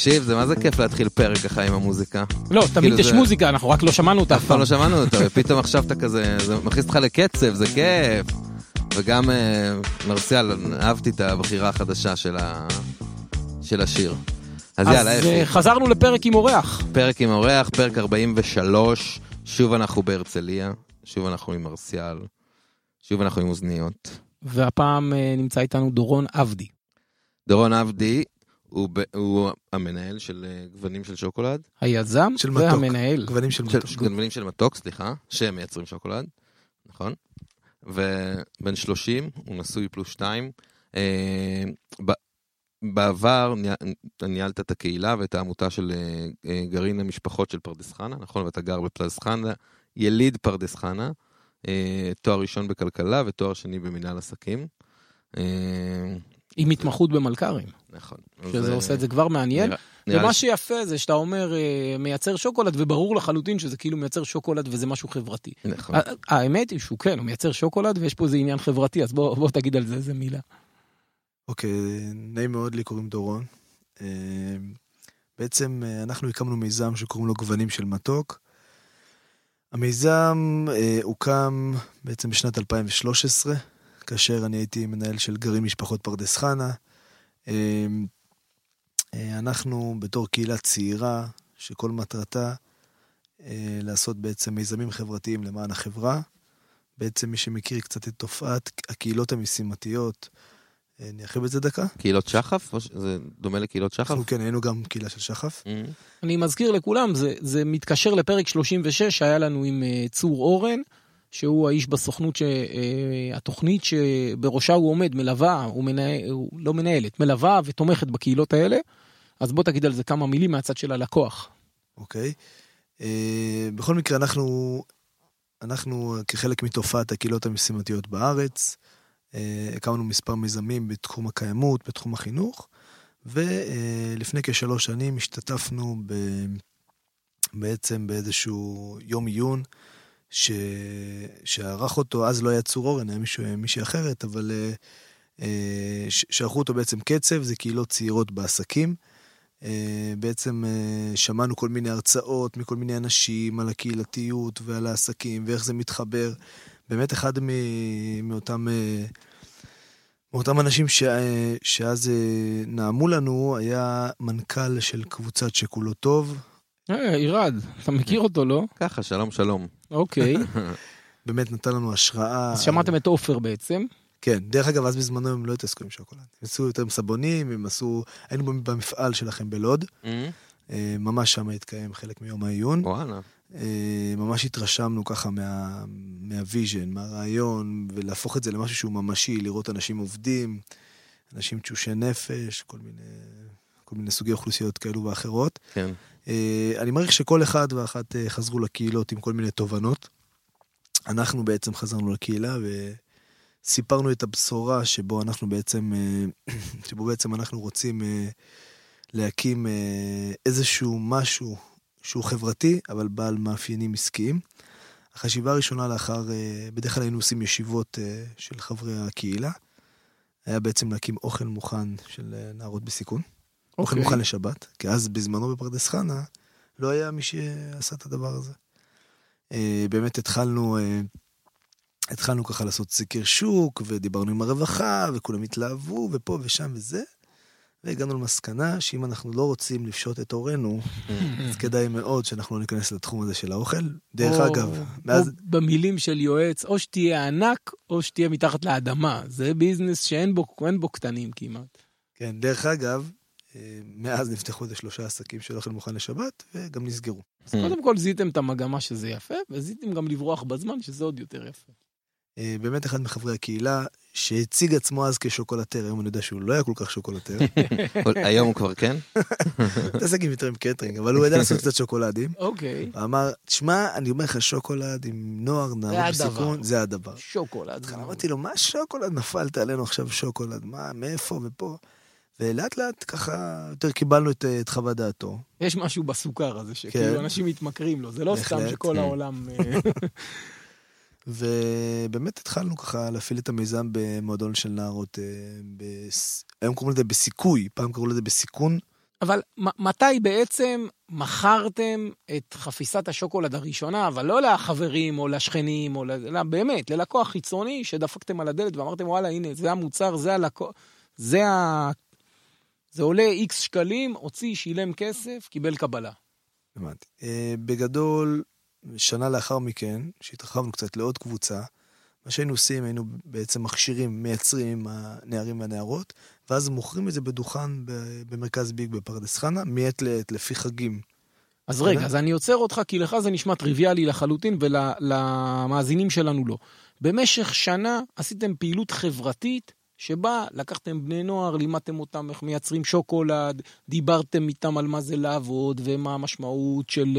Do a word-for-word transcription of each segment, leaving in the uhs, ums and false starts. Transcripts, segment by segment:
תקשיב, זה מה זה כיף להתחיל פרק ככה עם המוזיקה. לא, תמיד יש מוזיקה, אנחנו רק לא שמענו אותה. אף פעם לא שמענו אותה, ופתאום עכשיו אתה כזה, זה מכניס אותך לקצב, זה כיף. וגם מרסיאל, אהבתי את הבחירה החדשה של השיר. אז יאללה, אז חזרנו לפרק עם אורח. פרק עם אורח, פרק ארבעים ושלוש, שוב אנחנו בהרצליה, שוב אנחנו עם מרסיאל, שוב אנחנו עם אוזניות. והפעם נמצא איתנו דורון עבדי. דורון עבדי, הוא, ב, הוא המנהל של גוונים של שוקולד. היזם של מתוק. והמנהל. גוונים של מתוק. של, גוונים של מתוק, סליחה, שהם מייצרים שוקולד, נכון? ובן שלושים, הוא נשוי פלוס שתיים. אה, ב, בעבר ניהלת את הקהילה ואת העמותה של אה, גרעין המשפחות של פרדס חנה, נכון? ואתה גר בפרדס חנה, יליד פרדס חנה, אה, תואר ראשון בכלכלה ותואר שני במנהל עסקים. אה, עם התמחות במלכרים. נכון. שזה עושה את זה כבר מעניין. ומה שיפה זה שאתה אומר מייצר שוקולד, וברור לחלוטין שזה כאילו מייצר שוקולד וזה משהו חברתי. נכון. האמת היא שהוא כן, הוא מייצר שוקולד ויש פה איזה עניין חברתי, אז בוא תגיד על זה איזה מילה. אוקיי, נעים מאוד לי, קוראים דורון. בעצם אנחנו הקמנו מיזם שקוראים לו גוונים של מתוק. המיזם הוקם בעצם בשנת אלפיים ושלוש עשרה, כאשר אני הייתי מנהל של גרעין משפחות פרדס חנה. אנחנו בתור קהילה צעירה, שכל מטרתה לעשות בעצם מיזמים חברתיים למען החברה. בעצם מי שמכיר קצת את תופעת הקהילות המשימתיות, אני אחרי בזה דקה? קהילות שחף? זה דומה לקהילות שחף? אנחנו כן, היינו גם קהילה של שחף. אני מזכיר לכולם, זה, זה מתקשר לפרק שלושים ושש, שהיה לנו עם צור אורן, שהוא האיש בסוכנות, התוכנית שבראשה הוא עומד, מלווה, הוא, מנהל, הוא לא מנהלת, מלווה ותומכת בקהילות האלה. אז בוא תגיד על זה כמה מילים מהצד של הלקוח. אוקיי. בכל מקרה, אנחנו, אנחנו כחלק מתופעת הקהילות המשימתיות בארץ, הקמנו מספר מיזמים בתחום הקיימות, בתחום החינוך, ולפני כשלוש שנים השתתפנו ב, בעצם באיזשהו יום עיון, ש... שערך אותו, אז לא היה צור אורן, היה מישהו, מישהי אחרת, אבל ש... שערכו אותו בעצם קצב, זה קהילות צעירות בעסקים. בעצם שמענו כל מיני הרצאות מכל מיני אנשים על הקהילתיות ועל העסקים, ואיך זה מתחבר. באמת אחד מ... מאותם, מאותם אנשים ש... שאז נעמו לנו, היה מנכ"ל של קבוצת שכולו טוב. אה, אירד, אתה מכיר אותו, לא? ככה, שלום שלום. אוקיי. באמת נתן לנו השראה. אז שמעתם את אופר בעצם? כן, דרך אגב, אז בזמנו הם לא התעסקו עם שוקולד. הם עשו יותר עם סבונים, הם עשו, היינו במפעל שלכם בלוד, ממש שם התקיים חלק מיום העיון. וואלה. ממש התרשמנו ככה מה, מהוויז'ן, מהרעיון, ולהפוך את זה למשהו שהוא ממשי, לראות אנשים עובדים, אנשים תשושי נפש, כל מיני, כל מיני סוגי אוכלוסיות כאלו ואחרות. כן. אני מעריך שכל אחד ואחת חזרו לקהילות עם כל מיני תובנות. אנחנו בעצם חזרנו לקהילה וסיפרנו את הבשורה שבו אנחנו בעצם, שבו בעצם אנחנו רוצים להקים איזשהו משהו שהוא חברתי, אבל בעל מאפיינים עסקיים. החשיבה הראשונה לאחר, בדרך כלל היינו עושים ישיבות של חברי הקהילה, היה בעצם להקים אוכל מוכן של נערות בסיכון. אוכל מוכן לשבת, כי אז בזמנו בפרדס חנה, לא היה מי שעשה את הדבר הזה. באמת התחלנו, התחלנו ככה לעשות סקר שוק, ודיברנו עם הרווחה, וכולם התלהבו, ופה ושם וזה, והגענו למסקנה שאם אנחנו לא רוצים לפשוט את הורינו, אז כדאי מאוד שאנחנו לא ניכנס לתחום הזה של האוכל. דרך אגב, או במילים של יועץ, או שתהיה ענק, או שתהיה מתחת לאדמה. זה ביזנס שאין בו, אין בו קטנים כמעט. כן, דרך אגב, מאז נפתחו איזה שלושה עסקים של אוכל מוכן לשבת, וגם נסגרו. אז קודם כל זיתם את המגמה שזה יפה, וזיתם גם לברוח בזמן שזה עוד יותר יפה. באמת אחד מחברי הקהילה, שהציג עצמו אז כשוקולטר, היום אני יודע שהוא לא היה כל כך שוקולטר. היום הוא כבר כן? תעסק עם יותר עם קטרינג, אבל הוא ידע לעשות קצת שוקולדים. אוקיי. ואמר, תשמע, אני אומר לך שוקולד עם נוער, נערות בסיכון, זה הדבר. שוקולד. אמרתי לו, מה שוקולד? נפלת עלינו עכשיו שוקולד, מה, מאיפה ופה? ולאט לאט ככה יותר קיבלנו את, את חוות דעתו. יש משהו בסוכר הזה, שכאילו אנשים מתמכרים לו, זה לא סתם שכל העולם... ובאמת התחלנו ככה להפעיל את המיזם במועדון של נערות, היום קוראים לזה בסיכוי, פעם קראו לזה בסיכון, אבל מתי בעצם מכרתם את חפיסת השוקולד הראשונה, אבל לא לחברים או לשכנים, או לא, באמת, ללקוח חיצוני שדפקתם על הדלת ואמרתם, וואלה, הנה, זה המוצר, זה הלקוח, זה ה... זה עולה איקס שקלים, הוציא, שילם כסף, קיבל קבלה. הבנתי. בגדול, שנה לאחר מכן, שהתרחבנו קצת לעוד קבוצה, מה שהיינו עושים, היינו בעצם מכשירים, מייצרים הנערים והנערות, ואז מוכרים את זה בדוכן במרכז ביג בפרדס חנה, מעת לעת, לפי חגים. אז רגע, אז אני עוצר אותך, כי לך זה נשמע טריוויאלי לחלוטין, ולמאזינים שלנו לא. במשך שנה עשיתם פעילות חברתית, שבה לקחתם בני נוער, לימדתם אותם איך מייצרים שוקולד, דיברתם איתם על מה זה לעבוד, ומה המשמעות של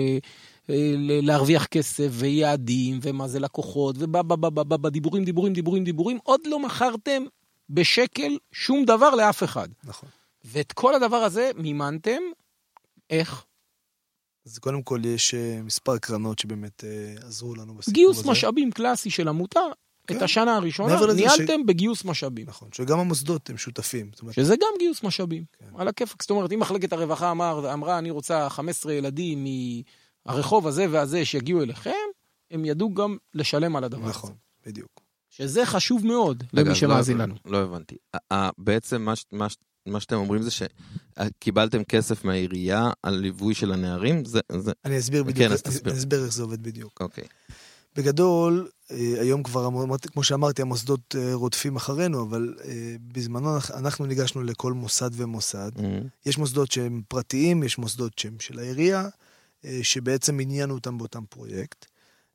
להרוויח כסף, ויעדים, ומה זה לקוחות, ובדיבורים, דיבורים, דיבורים, דיבורים, עוד לא מכרתם בשקל שום דבר לאף אחד. נכון. ואת כל הדבר הזה מימנתם, איך? אז קודם כל יש מספר קרנות שבאמת עזרו לנו בסיפור הזה. גיוס משאבים קלאסי של עמותה, את השנה הראשונה ניהלתם בגיוס משאבים. נכון, שגם המוסדות הם שותפים. שזה גם גיוס משאבים. על הכיפק, זאת אומרת, אם מחלקת הרווחה אמרה, אני רוצה חמישה עשר ילדים מהרחוב הזה והזה שיגיעו אליכם, הם ידעו גם לשלם על הדבר הזה. נכון, בדיוק. שזה חשוב מאוד למי שמאזין לנו. לא הבנתי. בעצם מה שאתם אומרים זה שקיבלתם כסף מהעירייה על ליווי של הנערים? אני אסביר בדיוק, אני אסביר איך זה עובד בדיוק. אוקיי. בגדול, היום כבר, כמו שאמרתי, המוסדות רודפים אחרינו, אבל בזמנו אנחנו ניגשנו לכל מוסד ומוסד. יש מוסדות שהם פרטיים, יש מוסדות שהם של העירייה, שבעצם עניינו אותם באותם פרויקט.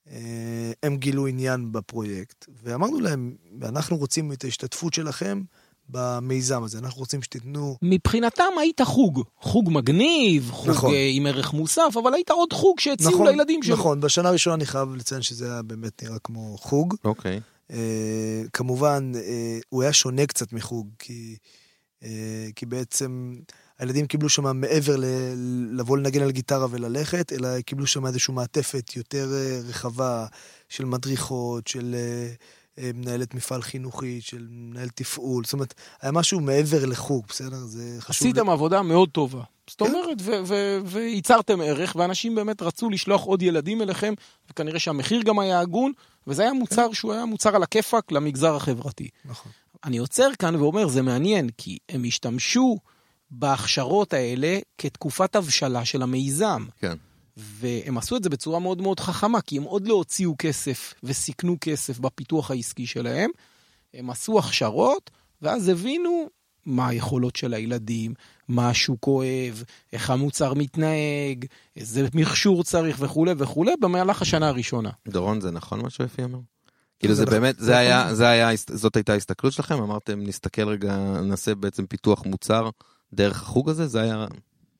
הם גילו עניין בפרויקט, ואמרנו להם, אנחנו רוצים את ההשתתפות שלכם במיזם הזה, אנחנו רוצים שתתנו... מבחינתם היית חוג, חוג מגניב, חוג נכון. עם ערך מוסף, אבל היית עוד חוג שהציעו נכון, לילדים שלו. נכון, בשנה הראשונה אני חייב לציין שזה היה באמת נראה כמו חוג. אוקיי. אה, כמובן, אה, הוא היה שונה קצת מחוג, כי, אה, כי בעצם הילדים קיבלו שם מעבר ל, לבוא לנגן על גיטרה וללכת, אלא קיבלו שם איזושהי מעטפת יותר אה, רחבה של מדריכות, של... אה, מנהלת מפעל חינוכי, של מנהל תפעול, זאת אומרת, היה משהו מעבר לחוג, בסדר? זה חשוב. עשיתם עבודה מאוד טובה. זאת אומרת, וייצרתם ערך, ואנשים באמת רצו לשלוח עוד ילדים אליכם, וכנראה שהמחיר גם היה הגון, וזה היה מוצר שהוא היה מוצר על הכיפק למגזר החברתי. נכון. אני עוצר כאן ואומר, זה מעניין, כי הם השתמשו בהכשרות האלה כתקופת הבשלה של המיזם. כן. והם עשו את זה בצורה מאוד מאוד חכמה, כי הם עוד לא הוציאו כסף וסיכנו כסף בפיתוח העסקי שלהם. הם עשו הכשרות, ואז הבינו מה היכולות של הילדים, מה השוק אוהב, איך המוצר מתנהג, איזה מכשור צריך וכו' וכו', במהלך השנה הראשונה. דורון, זה נכון מה שאפי אמר? כאילו זה באמת, זה היה, זה היה, זאת הייתה ההסתכלות שלכם? אמרתם, נסתכל רגע, נעשה בעצם פיתוח מוצר דרך החוג הזה? זה היה...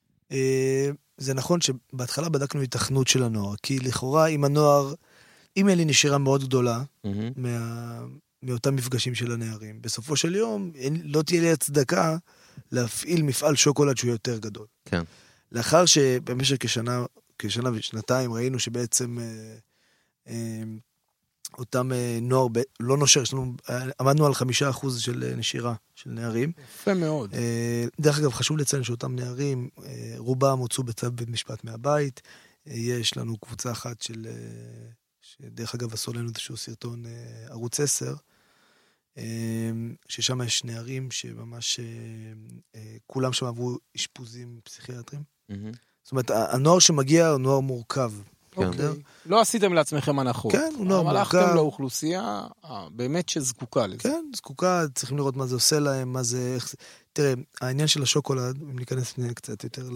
זה נכון שבהתחלה בדקנו התכנות של הנוער, כי לכאורה עם הנוער, אם אלי נשירה מאוד גדולה, מה, מאותם מפגשים של הנערים, בסופו של יום לא תהיה לי הצדקה להפעיל מפעל שוקולד שהוא יותר גדול. כן. לאחר שבמשך כשנה, כשנה ושנתיים ראינו שבעצם אה, אה, אותם אה, נוער ב, לא נושר, שלנו, עמדנו על חמישה אחוז של נשירה של נערים. יפה מאוד. אה, דרך אגב, חשוב לציין שאותם נערים, אה, רובם הוצאו בצו בית משפט מהבית, אה, יש לנו קבוצה אחת של, אה, שדרך אגב עשו לנו איזשהו סרטון אה, ערוץ עשר, אה, ששם יש נערים שממש, אה, אה, כולם שם עברו אשפוזים פסיכיאטרים. Mm-hmm. זאת אומרת, הנוער שמגיע הוא נוער מורכב. אוקיי. לא עשיתם לעצמכם הנחות. כן, הוא נוער מורכב. הלכתם לאוכלוסייה באמת שזקוקה לזה. כן, זקוקה, צריכים לראות מה זה עושה להם, מה זה, איך זה... תראה, העניין של השוקולד, אם ניכנס קצת יותר ל...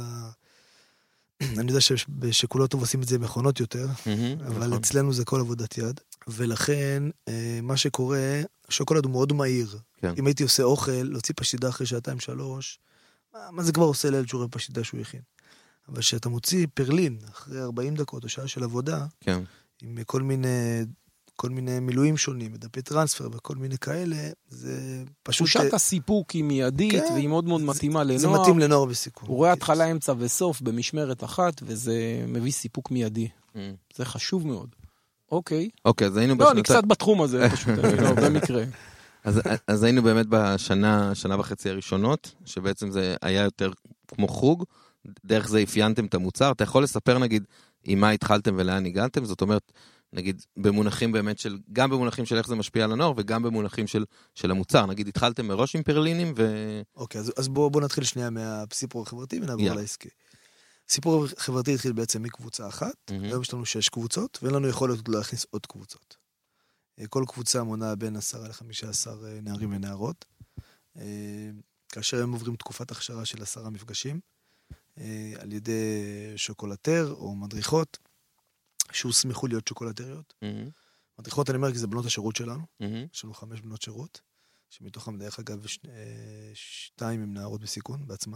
אני יודע שבשקולות טוב עושים את זה מכונות יותר, אבל אצלנו זה כל עבודת יד, ולכן מה שקורה, השוקולד הוא מאוד מהיר. אם הייתי עושה אוכל, להוציא פשידה אחרי שעתיים שלוש, מה זה כבר עושה לילד שהוא רואה פשידה שהוא הכין? אבל שאתה מוציא פרלין אחרי ארבעים דקות או שעה של עבודה, כן. עם כל מיני, כל מיני מילואים שונים, דפי טרנספר וכל מיני כאלה, זה פשוט... תחושת הסיפוק היא מיידית, כן, והיא מאוד מאוד מתאימה לנוער. זה מתאים לנוער בסיכון. הוא רואה התחלה, אמצע וסוף במשמרת אחת, וזה מביא סיפוק מיידי. Mm. זה חשוב מאוד. אוקיי. אוקיי, אז היינו בשנתיים... לא, אני קצת בתחום הזה, פשוט, לא, במקרה. אז, אז היינו באמת בשנה, שנה וחצי הראשונות, שבעצם זה היה יותר כמו חוג, דרך זה אפיינתם את המוצר. אתה יכול לספר נגיד עם מה התחלתם ולאן הגעתם? זאת אומרת, נגיד במונחים באמת של, גם במונחים של איך זה משפיע על הנוער, וגם במונחים של, של המוצר. נגיד התחלתם מראש עם פרלינים ו... אוקיי, אז, אז בואו בוא נתחיל שנייה מהסיפור החברתי ונעבור yeah. לעסקי. סיפור חברתי התחיל בעצם מקבוצה אחת, mm-hmm. היום יש לנו שש קבוצות, ואין לנו יכולת להכניס עוד קבוצות. כל קבוצה מונה בין עשרה לחמישה עשר נערים ונערות, כאשר הם עוברים תקופת הכשרה של עשרה מפגשים, על ידי שוקולטר או מדריכות, שהוסמכו להיות שוקולטריות. Mm-hmm. מדריכות, אני אומר, כי זה בנות השירות שלנו, mm-hmm. יש לנו חמש בנות שירות, שמתוכם דרך אגב ש... שתיים הם נערות בסיכון בעצמם.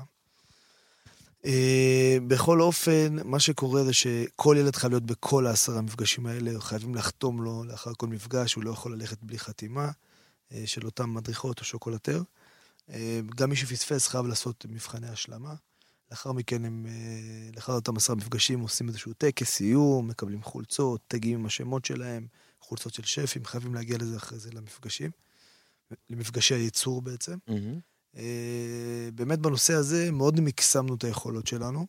בכל אופן, מה שקורה זה שכל ילד חייב להיות בכל העשרה המפגשים האלה, חייבים לחתום לו לאחר כל מפגש, הוא לא יכול ללכת בלי חתימה של אותם מדריכות או שוקולטר. גם מי שפספס חייב לעשות מבחני השלמה. לאחר מכן הם, לאחר אותם עשרה מפגשים, עושים איזשהו טקס, סיום, מקבלים חולצות, תגים עם השמות שלהם, חולצות של שפים, חייבים להגיע לזה אחרי זה למפגשים, למפגשי הייצור בעצם. Mm-hmm. באמת בנושא הזה מאוד מקסמנו את היכולות שלנו.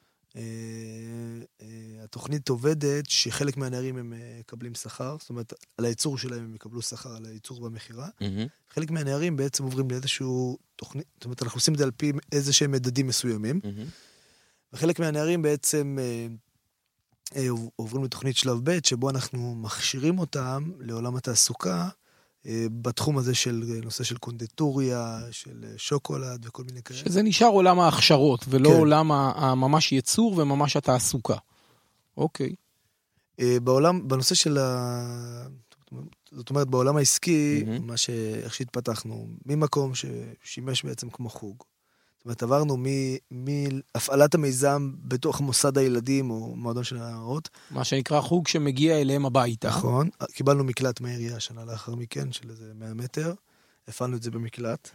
התוכנית עובדת שחלק מהנערים הם מקבלים שכר, זאת אומרת, על הייצור שלהם הם יקבלו שכר, על הייצור במחירה. Mm-hmm. חלק מהנערים בעצם עוברים לאיזשהו תוכנית, זאת אומרת, אנחנו עושים את זה על פי איזה שהם מדדים מסוימים. Mm-hmm. וחלק מהנערים בעצם עוברים לתוכנית שלב ב', שבו אנחנו מכשירים אותם לעולם התעסוקה, בתחום הזה של נושא של קונדטוריה, של שוקולד וכל מיני כאלה. שזה נשאר עולם ההכשרות, ולא כן. עולם הממש ייצור וממש התעסוקה. אוקיי. בעולם, בנושא של ה... זאת אומרת, בעולם העסקי, mm-hmm. מה ש... איך שהתפתחנו, ממקום ששימש בעצם כמו חוג. זאת אומרת, עברנו מהפעלת המיזם בתוך מוסד הילדים או מועדון של הנערות. מה שנקרא חוג שמגיע אליהם הביתה. נכון. קיבלנו מקלט מהעירייה שנה לאחר מכן, של איזה מאה מטר. הפעלנו את זה במקלט.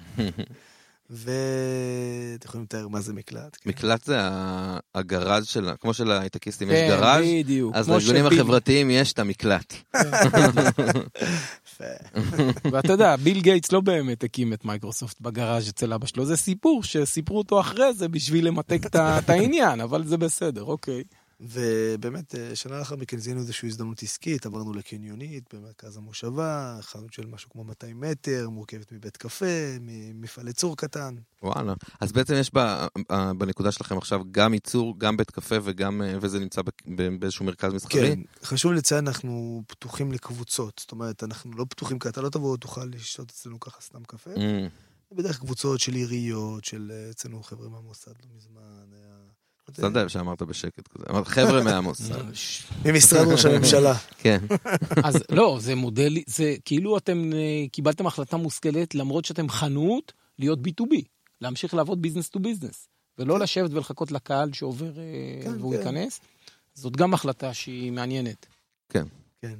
ואתם יכולים לתאר מה זה מקלט. מקלט זה הגראז' של, כמו של ההייטקיסטים, יש גראז', בדיוק. אז לארגונים החברתיים יש את המקלט. ואתה יודע, ביל גייטס לא באמת הקים את מייקרוסופט בגראז' אצל אבא שלו, זה סיפור שסיפרו אותו אחרי זה בשביל למתק את העניין, אבל זה בסדר, אוקיי. ובאמת, שנה לאחר מכן זיהינו איזושהי הזדמנות עסקית, עברנו לקניונית במרכז המושבה, חנות של משהו כמו מאתיים מטר, מורכבת מבית קפה, ממפעל ייצור קטן. וואלה. אז בעצם יש בנקודה שלכם עכשיו גם ייצור, גם בית קפה, וגם, וזה נמצא באיזשהו מרכז מסחרי? כן, חשוב לציין, אנחנו פתוחים לקבוצות, זאת אומרת, אנחנו לא פתוחים, כי אתה לא תבוא, תוכל לשתות אצלנו ככה סתם קפה. בדרך קבוצות של עיריות, של אצלנו חבר'ה מהמוסד לא מזמן, צדל שאמרת בשקט כזה. אמרת חבר'ה מהמוסד. ממשרד ראש הממשלה. כן. אז לא, זה מודל, זה כאילו אתם קיבלתם החלטה מושכלת, למרות שאתם חנות, להיות בי טו בי. להמשיך לעבוד ביזנס טו ביזנס. ולא לשבת ולחכות לקהל שעובר והוא ייכנס. זאת גם החלטה שהיא מעניינת. כן. כן.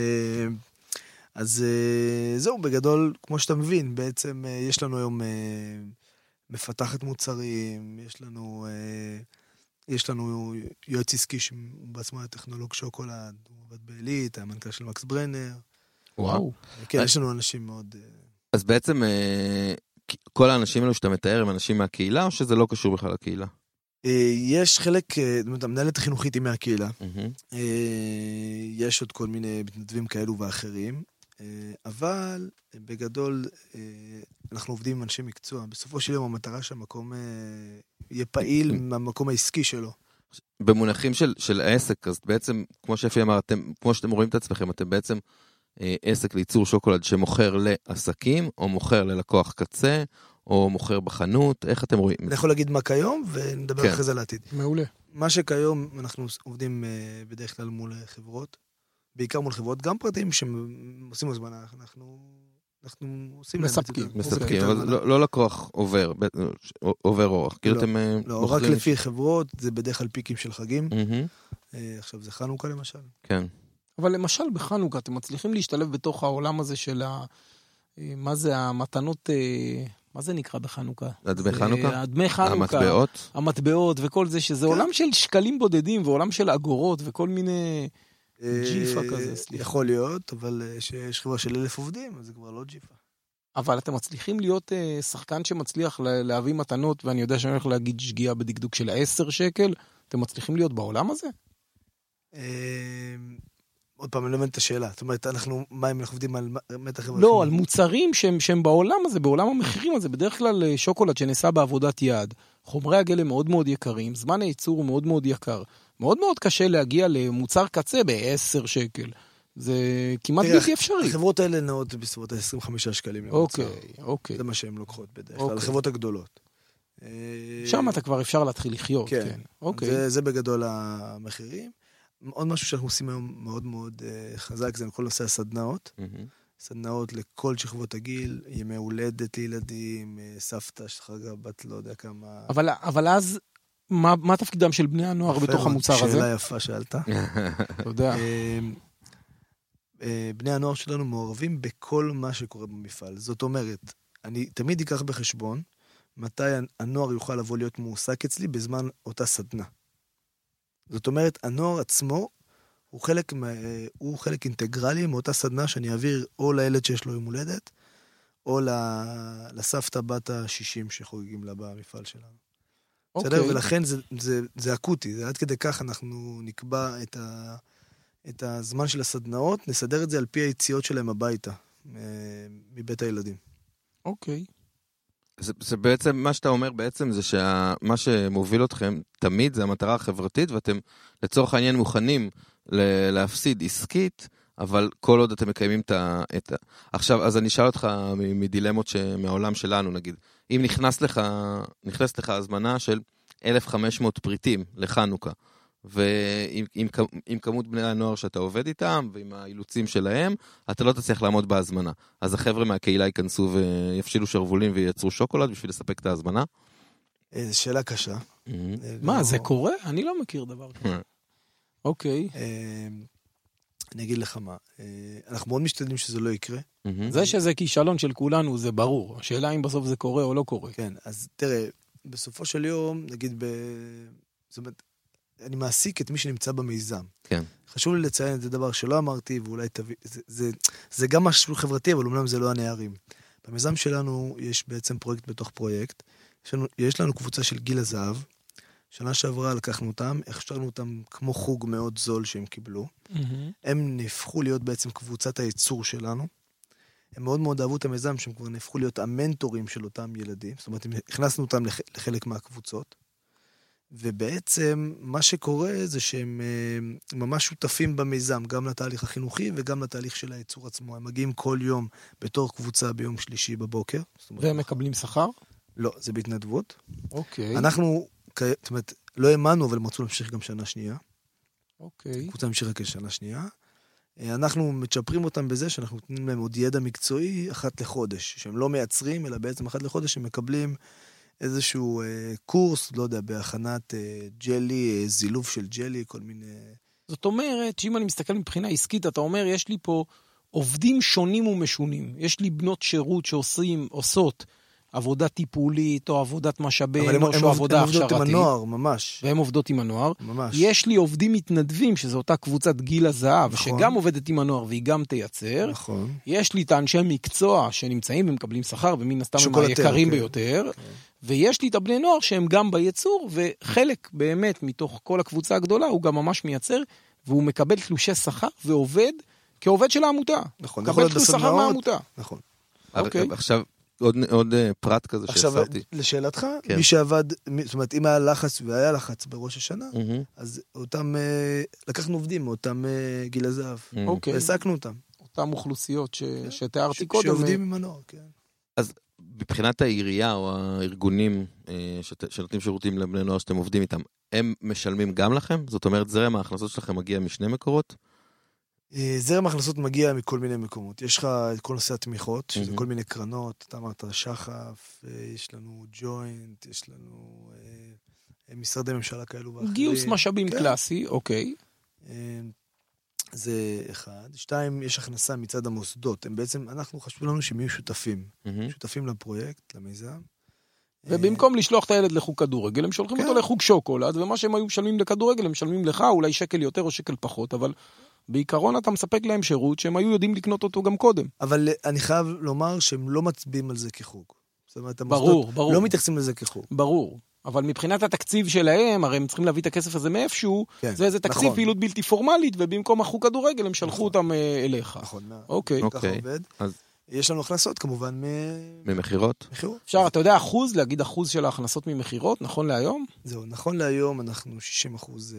אז זהו, בגדול, כמו שאתה מבין, בעצם יש לנו היום מפתחת מוצרים, יש לנו... יש לנו יועץ עסקי שבעצמו היה טכנולוג שוקולד, הוא עובד בעילית, היה מנכ"ל של מקס ברנר. וואו. כן, יש לנו אנשים מאוד... אז בעצם כל האנשים האלו שאתה מתאר הם אנשים מהקהילה, או שזה לא קשור בכלל לקהילה? יש חלק, זאת אומרת, המנהלת החינוכית היא מהקהילה. יש עוד כל מיני מתנדבים כאלו ואחרים, אבל בגדול אנחנו עובדים עם אנשי מקצוע. בסופו של יום המטרה שהמקום יהיה פעיל מהמקום העסקי שלו. במונחים של, של העסק, אז בעצם, כמו שאפי אמר, אתם, כמו שאתם רואים את עצמכם, אתם בעצם עסק לייצור שוקולד שמוכר לעסקים, או מוכר ללקוח קצה, או מוכר בחנות, איך אתם רואים? אני יכול להגיד מה כיום, ונדבר כן. אחרי זה לעתיד. מעולה. מה שכיום אנחנו עובדים בדרך כלל מול חברות, בעיקר מול חברות, גם פרטים שעושים הזמנה, אנחנו, אנחנו עושים... מספקים. מספקים, אבל לא, לא לקוח עובר, עובר אורח. לא, אתם לא רק לפי חברות, זה בדרך כלל פיקים של חגים. עכשיו זה חנוכה למשל. כן. אבל למשל בחנוכה, אתם מצליחים להשתלב בתוך העולם הזה של ה... מה זה המתנות... מה זה נקרא בחנוכה? הדמי חנוכה? הדמי חנוכה. המטבעות? המטבעות וכל זה, שזה עולם של שקלים בודדים, ועולם של אגורות, וכל מיני ג'יפה כזה, סליחה. יכול להיות, אבל שיש חברה של אלף עובדים, אז זה כבר לא ג'יפה. אבל אתם מצליחים להיות uh, שחקן שמצליח להביא מתנות, ואני יודע שאני הולך להגיד שגיאה בדקדוק של עשר שקל, אתם מצליחים להיות בעולם הזה? עוד פעם, אני לא מבין את השאלה. זאת אומרת, אנחנו, מה אם אנחנו עובדים על מתח רווחים? לא, על מוצרים שהם, שהם בעולם הזה, בעולם המחירים הזה, בדרך כלל שוקולד שנעשה בעבודת יד, חומרי הגלם מאוד מאוד יקרים, זמן הייצור הוא מאוד מאוד יקר. מאוד מאוד קשה להגיע למוצר קצה ב-עשר שקל. זה כמעט בלתי אפשרי. החברות האלה נעות בסביבות ה-עשרים וחמישה שקלים. אוקיי, אוקיי. זה מה שהן לוקחות בדרך כלל, החברות הגדולות. שם אתה כבר אפשר להתחיל לחיות. כן, זה, זה בגדול המחירים. עוד משהו שאנחנו עושים היום מאוד מאוד חזק, זה כל נושא הסדנאות. סדנאות לכל שכבות הגיל, ימי הולדת לילדים, סבתא שחגה בת לא יודע כמה... אבל, אבל אז, מה, מה תפקידם של בני הנוער בתוך המוצר הזה? שאלה יפה שאלת. תודה. בני הנוער שלנו מעורבים בכל מה שקורה במפעל. זאת אומרת, אני תמיד אקח בחשבון מתי הנוער יוכל לבוא להיות מועסק אצלי בזמן אותה סדנה. זאת אומרת, הנוער עצמו הוא חלק, הוא חלק אינטגרלי מאותה סדנה שאני אעביר או לילד שיש לו יום הולדת, או לסבתא בת ה-שישים שחוגגים לה במפעל שלנו. בסדר? ולכן זה, זה, זה אקוטי. זה עד כדי כך אנחנו נקבע את ה... את הזמן של הסדנאות, נסדר את זה על פי היציאות שלהם הביתה, מבית הילדים. אוקיי. זה, זה בעצם, מה שאתה אומר בעצם זה שמה שמוביל אתכם תמיד זה המטרה החברתית, ואתם לצורך העניין מוכנים ל- להפסיד עסקית, אבל כל עוד אתם מקיימים את ה... את ה... עכשיו, אז אני אשאל אותך מדילמות מהעולם שלנו, נגיד, אם נכנס לך, נכנס לך הזמנה של אלף וחמש מאות פריטים לחנוכה, ועם עם, עם כמות בני הנוער שאתה עובד איתם, ועם האילוצים שלהם, אתה לא תצליח לעמוד בהזמנה. אז החבר'ה מהקהילה ייכנסו ויפשילו שרבולים וייצרו שוקולד בשביל לספק את ההזמנה? זו שאלה קשה. מה, זה קורה? אני לא מכיר דבר כזה. אוקיי. אני אגיד לך מה, אנחנו מאוד משתדלים שזה לא יקרה. זה שזה כישלון של כולנו, זה ברור. השאלה אם בסוף זה קורה או לא קורה. כן, אז תראה, בסופו של יום, נגיד, זאת אומרת, אני מעסיק את מי שנמצא במיזם. כן. חשוב לי לציין את זה דבר שלא אמרתי, ואולי תביא, זה, זה, זה גם משהו חברתי, אבל אומנם זה לא הנערים. במיזם שלנו יש בעצם פרויקט בתוך פרויקט, יש לנו, יש לנו קבוצה של גיל הזהב, שנה שעברה לקחנו אותם, הכשרנו אותם כמו חוג מאוד זול שהם קיבלו, mm-hmm. הם נהפכו להיות בעצם קבוצת הייצור שלנו, הם מאוד מאוד אהבו את המיזם, שהם כבר נהפכו להיות המנטורים של אותם ילדים, זאת אומרת, הכנסנו אותם לח, לחלק מהקבוצות, ובעצם מה שקורה זה שהם ממש שותפים במיזם, גם לתהליך החינוכי וגם לתהליך של הייצור עצמו. הם מגיעים כל יום בתור קבוצה ביום שלישי בבוקר. והם מקבלים שכר? לא, זה בהתנדבות. אוקיי. אנחנו, זאת אומרת, לא האמנו, אבל הם רצו להמשיך גם שנה שנייה. אוקיי. קבוצה המשיכה כשנה שנייה. אנחנו מצ'פרים אותם בזה שאנחנו נותנים להם עוד ידע מקצועי אחת לחודש, שהם לא מייצרים, אלא בעצם אחת לחודש הם מקבלים איזשהו אה, קורס, לא יודע, בהכנת אה, ג'לי, אה, זילוף של ג'לי, כל מיני... זאת אומרת, שאם אני מסתכל מבחינה עסקית, אתה אומר, יש לי פה עובדים שונים ומשונים. יש לי בנות שירות שעושים, עושות עבודה טיפולית, או עבודת משאבי אנוש, או עבודה הכשרתית. הם עובדות עם הנוער, ממש. והם עובדות עם הנוער. ממש. יש לי עובדים מתנדבים, שזו אותה קבוצת גיל הזהב, נכון. שגם עובדת עם הנוער, והיא גם תייצר. נכון. יש לי את האנשי מקצוע שנמצאים ומקבלים שכר, ומן הסתם הם היקרים כן. ביותר. כן. ויש לי את הבני נוער שהם גם בייצור, וחלק באמת מתוך כל הקבוצה הגדולה, הוא גם ממש מייצר, והוא מקבל תלושי שכר, ועובד כעובד של העמותה. נכון. מקבל תלוש שכר מהעמותה. נכון. אוקיי. עכשיו, עוד, עוד פרט כזה שהסרתי. עכשיו, לשאלתך, כן. מי שעבד, זאת אומרת, אם היה לחץ והיה לחץ בראש השנה, mm-hmm. אז אותם, לקחנו עובדים מאותם גיל הזהב. אוקיי. והעסקנו אותם. אותם אוכלוסיות ש... כן. שתיארתי ש... קודם. שעובדים עם הנוער, כן. אז מבחינת העירייה או הארגונים שת... שנותנים שירותים לבני נוער שאתם עובדים איתם, הם משלמים גם לכם? זאת אומרת, זרם ההכנסות שלכם מגיע משני מקורות? זרם ההכנסות מגיע מכל מיני מקומות. יש לך את כל נושא התמיכות, שזה כל מיני קרנות, אתה אמרת שחף, יש לנו ג'וינט, יש לנו משרדי ממשלה כאלו ואחרים. גיוס משאבים קלאסי, אוקיי. זה אחד. שתיים, יש הכנסה מצד המוסדות. הם בעצם, אנחנו חשבו לנו שהם יהיו שותפים. שותפים לפרויקט, למיזם. ובמקום לשלוח את הילד לחוג כדורגל, הם שולחים אותו לחוג שוקולד, ומה שהם היו משלמים לכדורגל, הם משלמים לך, אולי שקל יותר או שקל פחות, אבל בעיקרון אתה מספק להם שירות שהם היו יודעים לקנות אותו גם קודם. אבל אני חייב לומר שהם לא מצביעים על זה כחוג. זאת אומרת, ברור, ברור. לא מתייחסים לזה כחוג. ברור. אבל מבחינת התקציב שלהם, הרי הם צריכים להביא את הכסף הזה מאיפשהו, כן, זה איזה תקציב נכון. פעילות בלתי פורמלית, ובמקום החוג כדורגל הם שלחו נכון. אותם אה, אליך. נכון. אוקיי. ככה אוקיי. עובד. אז יש לנו הכנסות כמובן מ... ממחירות? מחירות. אפשר, אתה יודע, אחוז, להגיד אחוז של ההכנסות ממחירות, נכון להיום? זהו, נכון להיום אנחנו שישים אחוז,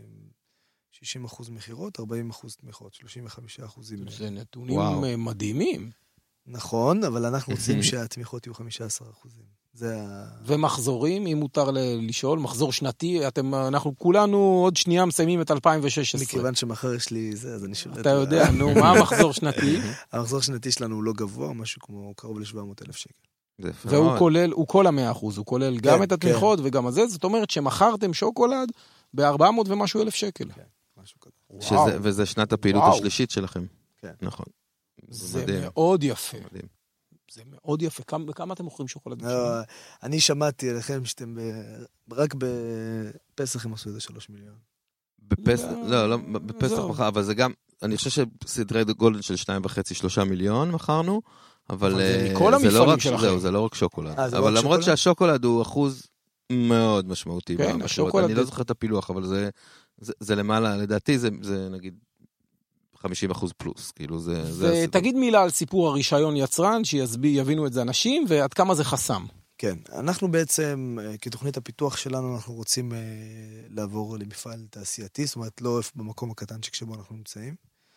שישים אחוז מחירות, ארבעים אחוז תמיכות, שלושים וחמישה אחוזים. זה נתונים וואו. אה, מדהימים. נכון, אבל אנחנו רוצים שהתמיכות יהיו חמישה עשר אחוזים. זה ה... ומחזורים, אם מותר ל- לשאול, מחזור שנתי, אתם, אנחנו כולנו עוד שנייה מסיימים את אלפיים ושש עשרה. מכיוון שמחר יש לי זה, אז אני שולט. אתה יודע, נו, מה המחזור שנתי? המחזור השנתי שלנו הוא לא גבוה, משהו כמו קרוב ל-שבע מאות אלף שקל. זה יפה והוא מאוד. כולל, הוא כל המאה אחוז, הוא כולל גם כן, את התמיכות וגם הזה, זאת אומרת שמכרתם שוקולד ב-ארבע מאות ומשהו אלף שקל. משהו כזה. שזה, וזה שנת הפעילות וואו. השלישית שלכם. כן. נכון. זה מדהים. מאוד יפה. מדהים. זה מאוד יפה. כמה, בכמה אתם מוכרים שוקולד? בשנה? לא, אני שמעתי עליכם שאתם ב... רק בפסח הם עשו איזה שלוש מיליון. בפסח, לא, לא, לא, בפסח זהו. מחר, אבל זה גם, אני חושב שסדרי גולדן של שניים וחצי, שלושה מיליון מכרנו, אבל אבל זה אה, מכל זה המפעלים לא רק, שלכם. זהו, זה לא רק שוקולד. אה, זה לא אבל רק למרות שוקולד? שהשוקולד הוא אחוז מאוד משמעותי. כן, במכירות. השוקולד אני לא זה- זוכר את הפילוח, אבל זה, זה, זה למעלה, לדעתי זה, זה נגיד חמישים אחוז פלוס, כאילו זה... זה הסיפור. ותגיד מילה על סיפור הרישיון יצרן, שיבינו את זה אנשים, ועד כמה זה חסם. כן, אנחנו בעצם, אה, כתוכנית הפיתוח שלנו, אנחנו רוצים אה, לעבור למפעל תעשייתי, זאת אומרת, לא במקום הקטנצ'יק שבו אנחנו נמצאים.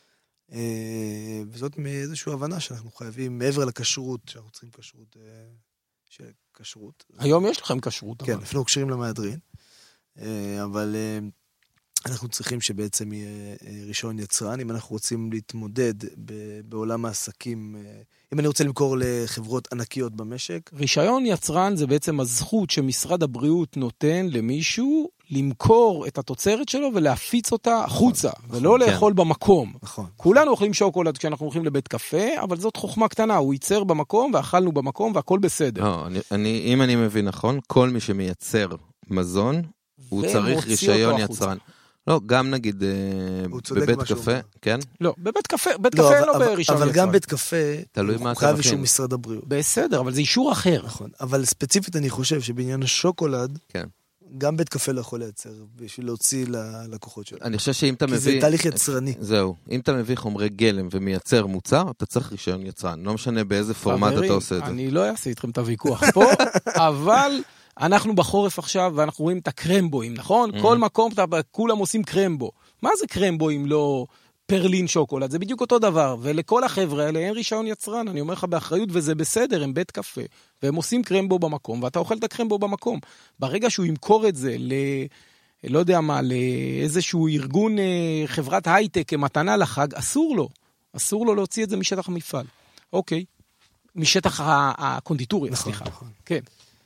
אה, וזאת מאיזושהי הבנה שאנחנו חייבים, מעבר לכשרות, שאנחנו צריכים כשרות, אה, של כשרות. היום יש לכם כשרות. כן, אבל. אפילו קשרים למהדרין. אה, אבל אה, אנחנו צריכים שבעצם יהיה אה, רישיון יצרן, אם אנחנו רוצים להתמודד ב- בעולם העסקים, אה, אם אני רוצה למכור לחברות ענקיות במשק, רישיון יצרן זה בעצם הזכות שמשרד הבריאות נותן למישהו למכור את התוצרת שלו ולהפיץ אותה החוצה, ולא כן. לאכול במקום. נכון. כולנו אוכלים שוקולד כשאנחנו הולכים לבית קפה, אבל זאת חוכמה קטנה, הוא ייצר במקום ואכלנו במקום והכל בסדר. לא, אני, אני, אם אני מבין נכון, כל מי שמייצר מזון, הוא ומוציא צריך אותו רישיון החוצה. יצרן. לא, גם נגיד אה, הוא צודק בבית מה שהוא קפה, אומר. כן? לא, בבית קפה, בית לא, קפה אבל, לא אבל, ברישיון אבל יצרן. גם בית קפה, תלוי מה הוא אתה חייב מכין. אישור משרד הבריאות. בסדר, אבל זה אישור אחר. נכון. אבל ספציפית אני חושב שבעניין השוקולד, כן. גם בית קפה לא יכול לייצר בשביל להוציא ללקוחות שלו. אני חושב שאם אתה כי מביא... זה תהליך יצרני. זהו, אם אתה מביא חומרי גלם ומייצר מוצר, אתה צריך רישיון יצרן. לא משנה באיזה פורמט חברים, אתה עושה את זה. אני לא אעשה איתכם את הוויכוח פה, אבל אנחנו בחורף עכשיו, ואנחנו רואים את הקרמבואים, נכון? כל מקום, אתה- כולם עושים קרמבו. מה זה קרמבו אם לא פרלין שוקולד? זה בדיוק אותו דבר, ולכל החבר'ה האלה אין רישיון יצרן, אני אומר לך באחריות, וזה בסדר, הם בית קפה, והם עושים קרמבו במקום, ואתה אוכל את הקרמבו במקום. ברגע שהוא ימכור את זה ל... לא יודע מה, לאיזשהו ארגון אה, חברת הייטק כמתנה לחג, אסור לו. אסור לו להוציא את זה משטח המפעל. אוקיי. משטח ה- הקונדיטוריה, נכון, סליחה. נכון. כן.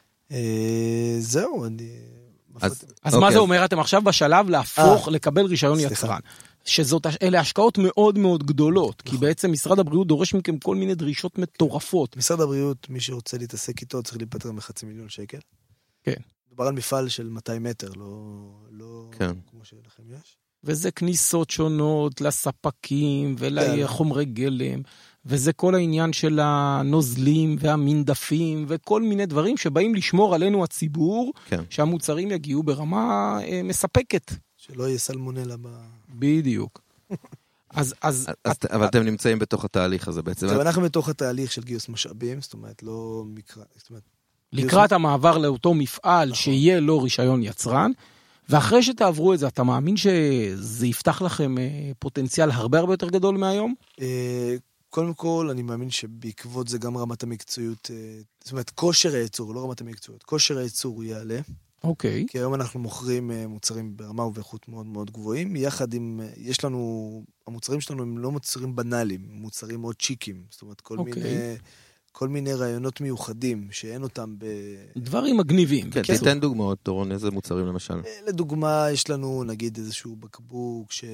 אה, זהו, אני... אז- אז אוקיי, מה זה אז- אומר? אתם עכשיו בשלב להפוך, אה, לקבל רישיון סליחה. יצרן. שזאת, אלה השקעות מאוד מאוד גדולות, כי בעצם משרד הבריאות דורש מכם כל מיני דרישות מטורפות. משרד הבריאות, מי שרוצה להתעסק איתו, צריך להיפטר מחצי מיליון שקל. כן. מדובר על מפעל של מאתיים מטר, לא, לא כן. כמו שלכם יש. וזה כניסות שונות לספקים ולחומרי גלם, וזה כל העניין של הנוזלים והמנדפים, וכל מיני דברים שבאים לשמור עלינו הציבור, כן. שהמוצרים יגיעו ברמה אה, מספקת. שלא יהיה סלמונלה ב... בדיוק. אז, אז, אז, אבל אתם נמצאים בתוך התהליך הזה בעצם. עכשיו, אנחנו בתוך התהליך של גיוס משאבים, זאת אומרת, לא מקרא... זאת אומרת, לקראת המעבר לאותו מפעל שיהיה לו רישיון יצרן, ואחרי שתעברו את זה, אתה מאמין שזה יפתח לכם אה, פוטנציאל הרבה הרבה יותר גדול מהיום? אה, קודם כל, אני מאמין שבעקבות זה גם רמת המקצועיות, אה, זאת אומרת, כושר הייצור, לא רמת המקצועיות, כושר הייצור יעלה, אוקיי. כי היום אנחנו מוכרים אה, מוצרים ברמה ובאיכות מאוד מאוד גבוהים, יחד עם, אה, יש לנו, המוצרים שלנו הם לא מוצרים בנאליים, מוצרים מאוד צ'יקים, זאת אומרת, כל אוקיי. מיני... כל מיני רעיונות מיוחדים שאין אותם ב... דברים מגניבים. כן, בקיצור. תיתן דוגמאות, דורון, איזה מוצרים למשל. לדוגמה, יש לנו נגיד איזשהו בקבוק ששמים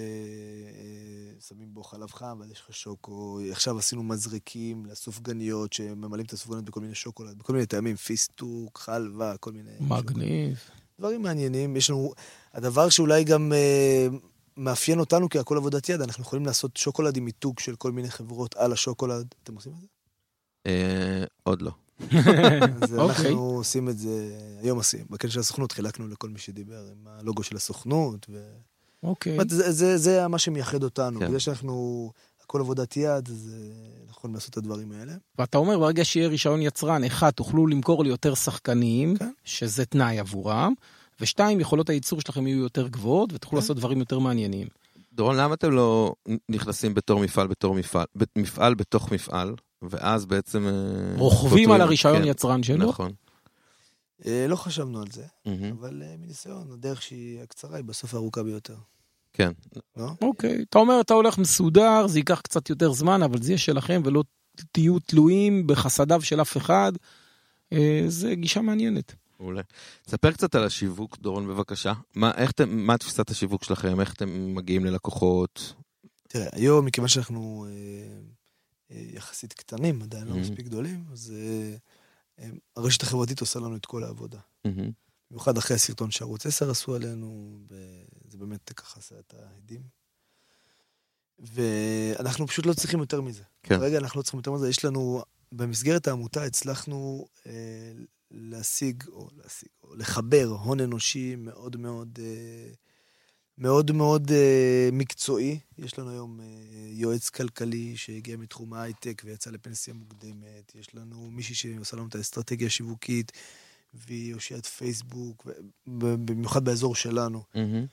בו חלב חם, ואז יש לך שוקו, עכשיו עשינו מזריקים לסופגניות שממלאים את הסופגניות בכל מיני שוקולד, בכל מיני טעמים, פיסטוק, חלבה, כל מיני... מגניב. דברים מעניינים. יש לנו, הדבר שאולי גם אה, מאפיין אותנו כהכל עבודת יד, אנחנו יכולים לעשות שוקולד עם מיתוג של כל מיני חברות על השוקולד. אתם עושים את זה? עוד לא. אז אנחנו עושים את זה, היום עושים. בכנס של הסוכנות חילקנו לכל מי שדיבר עם הלוגו של הסוכנות. אוקיי. זה מה שמייחד אותנו. בגלל שאנחנו, הכל עבודת יד, אז אנחנו יכולים לעשות את הדברים האלה. ואתה אומר, ברגע שיהיה רישיון יצרן, אחד, תוכלו למכור ליותר שחקנים, שזה תנאי עבורם, ושתיים, יכולות הייצור שלכם יהיו יותר גבוהות, ותוכלו לעשות דברים יותר מעניינים. דורון, למה אתם לא נכנסים בתור מפעל, בתור מפעל, מפעל בתוך מפעל, ואז בעצם... רוכבים על הרישיון יצרן שלו? נכון. לא חשבנו על זה, אבל מניסיון, הדרך שהיא הקצרה היא בסוף הארוכה ביותר. כן. אוקיי, אתה אומר, אתה הולך מסודר, זה ייקח קצת יותר זמן, אבל זה יהיה שלכם, ולא תהיו תלויים בחסדיו של אף אחד. זה גישה מעניינת. אולי. תספר קצת על השיווק, דורון, בבקשה. מה, איך אתם, מה תפיסת השיווק שלכם? איך אתם מגיעים ללקוחות? תראה, היום, מכיוון שאנחנו אה, אה, יחסית קטנים, עדיין לא מספיק גדולים, אז אה, אה, הרשת החברתית עושה לנו את כל העבודה. במיוחד אחרי הסרטון שערוץ עשר עשו עלינו, וזה באמת ככה עשה את העדים. ואנחנו פשוט לא צריכים יותר מזה. כן. כרגע אנחנו לא צריכים יותר מזה. יש לנו, במסגרת העמותה, הצלחנו אה, להשיג, או להשיג, או לחבר הון אנושי מאוד מאוד, מאוד מאוד מקצועי. יש לנו היום יועץ כלכלי שהגיע מתחום ההייטק ויצא לפנסיה מוקדמת. יש לנו מישהי שעושה לנו את האסטרטגיה השיווקית, והיא הושיעת פייסבוק, במיוחד באזור שלנו.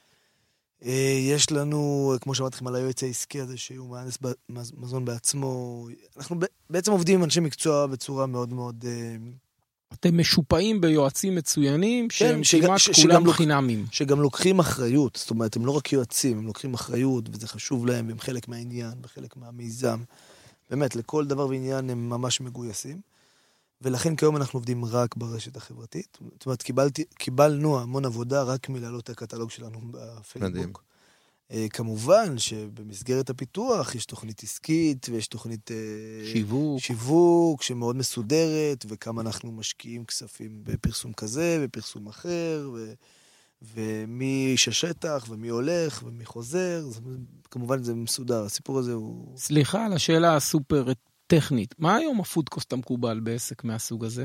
יש לנו, כמו שאמרתי לכם על היועץ העסקי הזה, שהוא מהנדס מזון בעצמו. אנחנו בעצם עובדים עם אנשי מקצוע בצורה מאוד מאוד... אתם משופעים ביועצים מצוינים, שהם כמעט כולם חינמים. שגם לוקחים אחריות, זאת אומרת, הם לא רק יועצים, הם לוקחים אחריות, וזה חשוב להם, הם חלק מהעניין, וחלק מהמיזם. באמת, לכל דבר ועניין הם ממש מגויסים, ולכן כיום אנחנו עובדים רק ברשת החברתית. זאת אומרת, קיבלתי, קיבלנו המון עבודה רק מלהעלות את הקטלוג שלנו בפייסבוק. כמובן שבמסגרת הפיתוח יש תוכנית עסקית ויש תוכנית שיווק, שיווק שמאוד מסודרת, וכמה אנחנו משקיעים כספים בפרסום כזה ופרסום אחר, ו... ומי איש השטח ומי הולך ומי חוזר, זה... כמובן זה מסודר, הסיפור הזה הוא... סליחה על השאלה הסופר טכנית, מה היום הפודקאסט המקובל בעסק מהסוג הזה?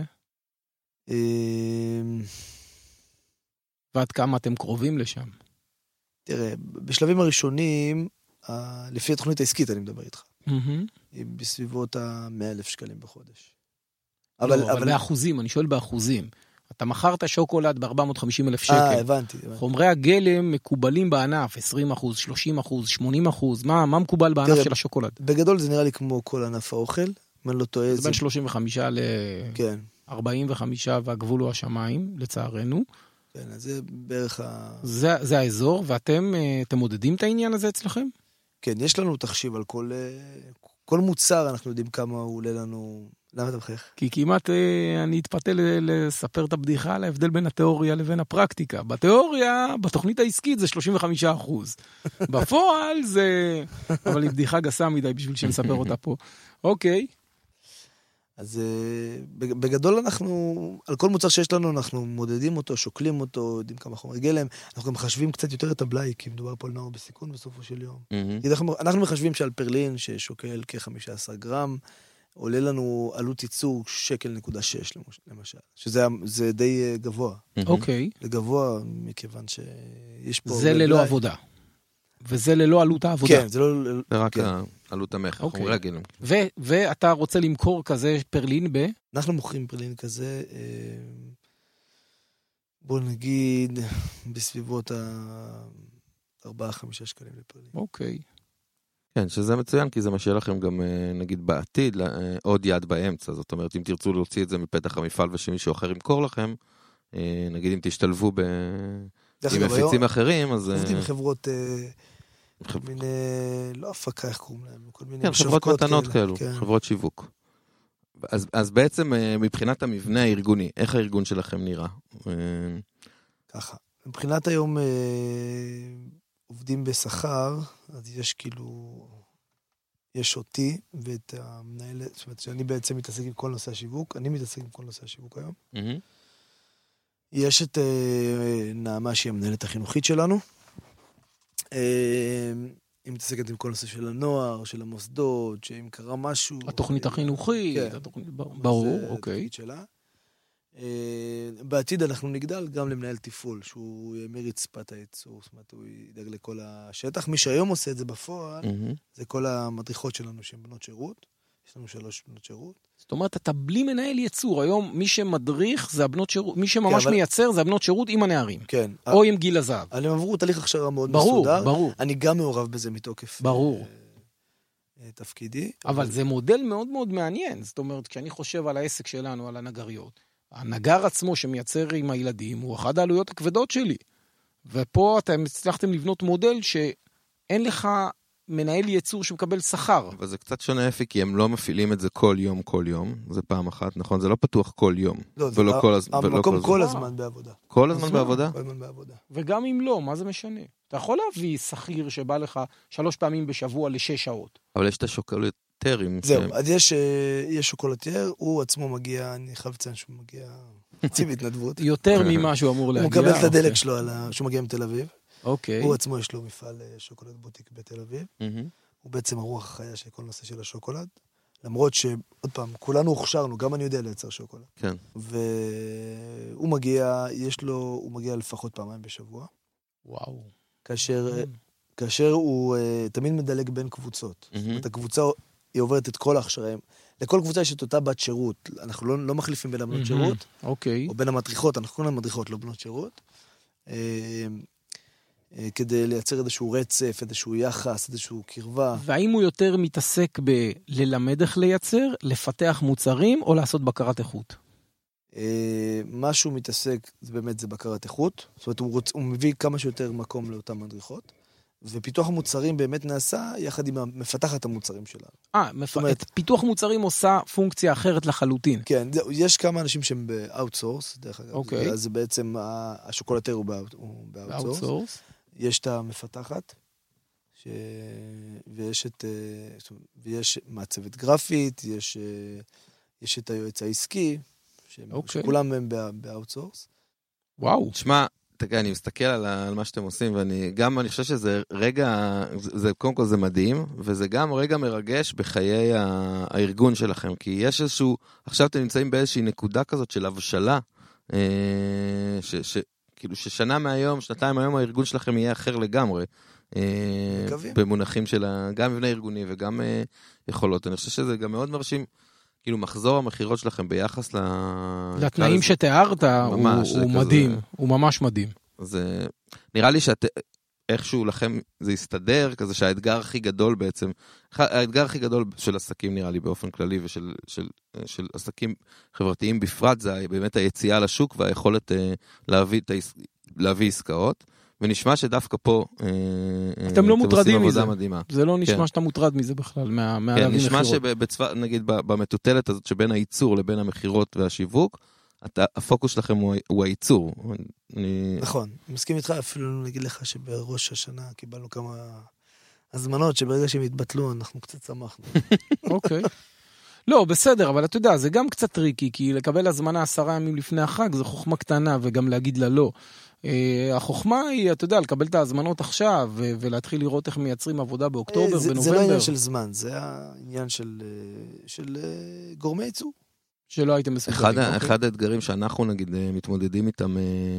ועד כמה אתם קרובים לשם? תראה, בשלבים הראשונים, לפי התוכנית העסקית אני מדבר איתך, היא בסביבות ה-מאה אלף שקלים בחודש. אבל באחוזים, אני שואל באחוזים. אתה מכרת שוקולד ב-ארבע מאות וחמישים אלף שקל. אה, הבנתי. חומרי הגלם מקובלים בענף, עשרים אחוז, שלושים אחוז, שמונים אחוז. מה מקובל בענף של השוקולד? בגדול זה נראה לי כמו כל ענף האוכל. אם אני לא טועה. זה בין שלושים וחמישה ל-ארבעים וחמישה, והגבול הוא השמיים, לצערנו. כן, אז זה בערך ה... זה, זה האזור, ואתם אתם מודדים את העניין הזה אצלכם? כן, יש לנו תחשיב על כל, כל מוצר, אנחנו יודעים כמה הוא עולה לנו... למה אתה מחייך? כי כמעט אני התפתה לספר את הבדיחה על ההבדל בין התיאוריה לבין הפרקטיקה. בתיאוריה, בתוכנית העסקית זה שלושים וחמישה אחוז. בפועל זה... אבל היא בדיחה גסה מדי בשביל שנספר אותה פה. אוקיי. אז בגדול אנחנו, על כל מוצר שיש לנו, אנחנו מודדים אותו, שוקלים אותו, יודעים כמה חומרי גלם, אנחנו גם מחשבים קצת יותר את הבלאי, כי מדובר פה על נוער בסיכון בסופו של יום. אנחנו, אנחנו מחשבים שעל פרלין, ששוקל כ-חמישה עשר גרם, עולה לנו עלות ייצור שקל נקודה שש, למשל, שזה זה די גבוה. אוקיי. זה גבוה, מכיוון שיש פה... זה ללא עבודה. וזה ללא עלות העבודה. כן, זה לא... זה רק עלות המחר, חומרי הגלם. ואתה רוצה למכור כזה פרלין ב... אנחנו מוכרים פרלין כזה, בוא נגיד, בסביבות ה-ארבעה חמישה שקלים לפרלין. אוקיי. כן, שזה מצוין, כי זה משאיר לכם גם, נגיד, בעתיד, עוד יד באמצע. זאת אומרת, אם תרצו להוציא את זה מפתח המפעל ושמישהו אחר ימכור לכם, נגיד, אם תשתלבו ב... עם מפיצים אחרים, אז... עובדים חברות, מיני, לא הפקה, איך קוראים להם, כל מיני... כן, חברות מתנות כאלו, חברות שיווק. אז בעצם, מבחינת המבנה הארגוני, איך הארגון שלכם נראה? ככה, מבחינת היום עובדים בשכר, אז יש כאילו, יש אותי ואת המנהלת, זאת אומרת שאני בעצם מתעסק עם כל נושא השיווק, אני מתעסק עם כל נושא השיווק היום. יש את נעמה שהיא המנהלת החינוכית שלנו, היא מתעסקת עם כל נושא של הנוער, של המוסדות, שאם קרה משהו... התוכנית החינוכית, כן. התוכנית, ברור, אוקיי. התוכנית שלה. בעתיד אנחנו נגדל גם למנהל טיפול, שהוא מרצפת הייצור, זאת אומרת, הוא ידאג לכל השטח. מי שהיום עושה את זה בפועל, זה כל המדריכות שלנו שהן בנות שירות. יש לנו שלוש בנות שירות. זאת אומרת, אתה בלי מנהל ייצור. היום מי שמדריך זה הבנות שירות, מי שממש מייצר זה הבנות שירות עם הנערים. כן. או עם גיל הזהב. הם עברו תהליך הכשרה מאוד מסודר. ברור, ברור. אני גם מעורב בזה מתוקף. ברור. תפקידי. אבל זה מודל מאוד מאוד מעניין. זאת אומרת, כשאני חושב על העסק שלנו, על הנגריות, הנגר עצמו שמייצר עם הילדים הוא אחד העלויות הכבדות שלי. ופה אתם הצלחתם לבנות מודל שאין לך מנהל ייצור שמקבל שכר. אבל זה קצת שונה אפי, כי הם לא מפעילים את זה כל יום, כל יום. זה פעם אחת, נכון? זה לא פתוח כל יום. לא, זה המקום כל הזמן בעבודה. כל הזמן בעבודה? כל הזמן בעבודה. וגם אם לא, מה זה משנה? אתה יכול להביא שכיר שבא לך שלוש פעמים בשבוע לשש שעות. אבל יש את השוקולטרים. זהו, אז יש, יש שוקולטר, הוא עצמו מגיע, אני חייב לציין שהוא מגיע ציב התנדבות. יותר ממה שהוא אמור להגיע. הוא מקבל את הדלק שלו שהוא מגיע מתל אביב. אוקיי. הוא עצמו יש לו מפעל שוקולד בוטיק בתל אביב. הוא בעצם הרוח החיה של כל נושא של השוקולד. למרות שעוד פעם, כולנו הוכשרנו, גם אני יודע לייצר שוקולד. כן. והוא מגיע, יש לו, הוא מגיע לפחות פעמיים בשבוע. וואו. כאשר, כאשר הוא תמיד מדלג בין קבוצות. זאת אומרת, הקבוצה היא עוברת את כל ההכשריים. לכל קבוצה יש את אותה בת שירות. אנחנו לא, לא מחליפים בין הבנות שירות. אוקיי. או בין המדריכות, אנחנו כולנו מדריכות, לא בנות שירות. כדי לייצר איזשהו רצף, איזשהו יחס, איזשהו קרבה. והאם הוא יותר מתעסק בללמד איך לייצר, לפתח מוצרים, או לעשות בקרת איכות? מה שהוא מתעסק, זה באמת זה בקרת איכות. זאת אומרת, הוא, רוצ, הוא מביא כמה שיותר מקום לאותן מדריכות. ופיתוח המוצרים באמת נעשה יחד עם המפתחת המוצרים שלנו. אה, מפ... אומרת, את פיתוח מוצרים עושה פונקציה אחרת לחלוטין. כן, זה, יש כמה אנשים שהם באוטסורס, דרך אגב. אוקיי. אז זה בעצם, השוקולטר הוא באוטסורס. יש את המפתחת, ש... ויש את, ויש מעצבת גרפית, יש, יש את היועץ העסקי, ש... אוקיי. שכולם הם באוטסורס. וואו. תשמע, תקרא, אני מסתכל על, על מה שאתם עושים, ואני גם, אני חושב שזה רגע, זה, זה, קודם כל זה מדהים, וזה גם רגע מרגש בחיי הארגון שלכם, כי יש איזשהו, עכשיו אתם נמצאים באיזושהי נקודה כזאת של הבשלה, ש... ש כאילו ששנה מהיום, שנתיים מהיום, הארגון שלכם יהיה אחר לגמרי. מקווים. במונחים של גם מבנה ארגוני וגם יכולות. אני חושב שזה גם מאוד מרשים, כאילו מחזור המחירות שלכם ביחס לתנאים שתיארת, הוא מדהים. הוא ממש מדהים. זה נראה לי שאת... איכשהו לכם זה יסתדר, כזה שהאתגר הכי גדול בעצם, האתגר הכי גדול של עסקים נראה לי באופן כללי, ושל של, של עסקים חברתיים בפרט, זה באמת היציאה לשוק והיכולת אה, להביא, להביא עסקאות, ונשמע שדווקא פה אתם לא מוטרדים מזה, מדהימה. זה לא נשמע כן. שאתה מוטרד מזה בכלל, מה, מה כן, נשמע שבצבא, נגיד במטוטלת הזאת שבין הייצור לבין המחירות והשיווק, אתה, הפוקוס שלכם הוא, הוא הייצור. אני... נכון, אני מסכים איתך, אפילו נגיד לך שבראש השנה קיבלנו כמה הזמנות, שברגע שהם התבטלו, אנחנו קצת שמחנו. אוקיי. לא, בסדר, אבל אתה יודע, זה גם קצת טריקי, כי לקבל הזמנה עשרה ימים לפני החג, זה חוכמה קטנה, וגם להגיד לה לא. החוכמה היא, אתה יודע, לקבל את ההזמנות עכשיו, ולהתחיל לראות איך מייצרים עבודה באוקטובר, זה, בנובמבר. זה לא עניין של זמן, זה העניין של, של גורמי ייצור. שלא הייתם מסוגלים. אחד, אוקיי. אחד האתגרים שאנחנו נגיד מתמודדים איתם אה,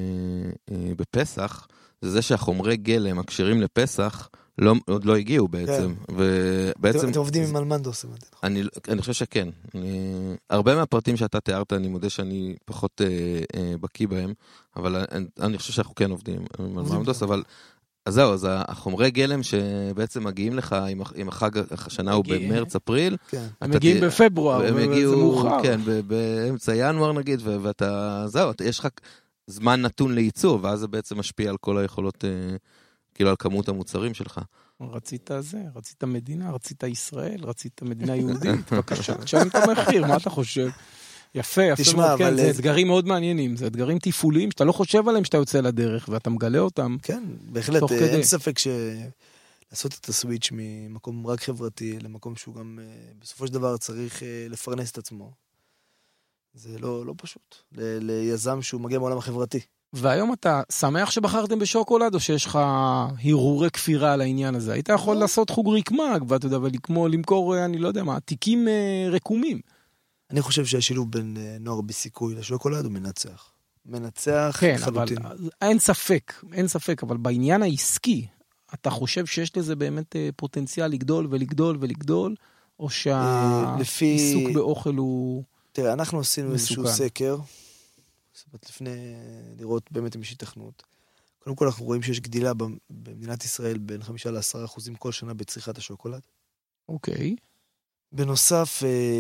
אה, בפסח, זה זה שהחומרי גלם הקשרים לפסח לא, עוד לא הגיעו בעצם. כן. ובעצם... אתם, אתם עובדים עם אלמנדוס. אני, אני חושב שכן. אני, הרבה מהפרטים שאתה תיארת, אני מודה שאני פחות אה, אה, בקיא בהם, אבל אני, אני חושב שאנחנו כן עובדים עם אלמנדוס, אבל... אז זהו, אז החומרי גלם שבעצם מגיעים לך, אם החג השנה הוא במרץ, אפריל. הם מגיעים בפברואר, וזה מאוחר. כן, באמצע ינואר נגיד, ואתה, זהו, יש לך זמן נתון לייצור, ואז זה בעצם משפיע על כל היכולות, כאילו על כמות המוצרים שלך. רצית זה, רצית מדינה, רצית ישראל, רצית מדינה יהודית, בבקשה, תשלם את המחיר, מה אתה חושב? יפה, יפה מאוד, כן, זה אתגרים מאוד מעניינים, זה אתגרים טיפוליים שאתה לא חושב עליהם שאתה יוצא לדרך, ואתה מגלה אותם. כן, בהחלט, אין ספק שלעשות את הסוויץ' ממקום רק חברתי, למקום שהוא גם בסופו של דבר צריך לפרנס את עצמו. זה לא, לא פשוט, ליזם שהוא מגיע מעולם החברתי. והיום אתה שמח שבחרתם בשוקולד, או שיש לך הרהורי כפירה על העניין הזה? היית יכול לעשות חוג רקמה, ואתה יודע, ולכמו למכור, אני לא יודע מה, תיקים רקומים. אני חושב שהשילוב בין נוער בסיכוי לשוקולד הוא מנצח. מנצח כן, חלוטין. אבל אין ספק, אין ספק, אבל בעניין העסקי, אתה חושב שיש לזה באמת פוטנציאל לגדול ולגדול ולגדול, או שהעיסוק באוכל הוא תראה, אנחנו עשינו איזשהו מסוכן? סקר, זאת אומרת, לפני לראות באמת אם יש התכנות. קודם כל אנחנו רואים שיש גדילה במדינת ישראל בין חמישה לעשרה אחוזים כל שנה בצריכת השוקולד. אוקיי. בנוסף,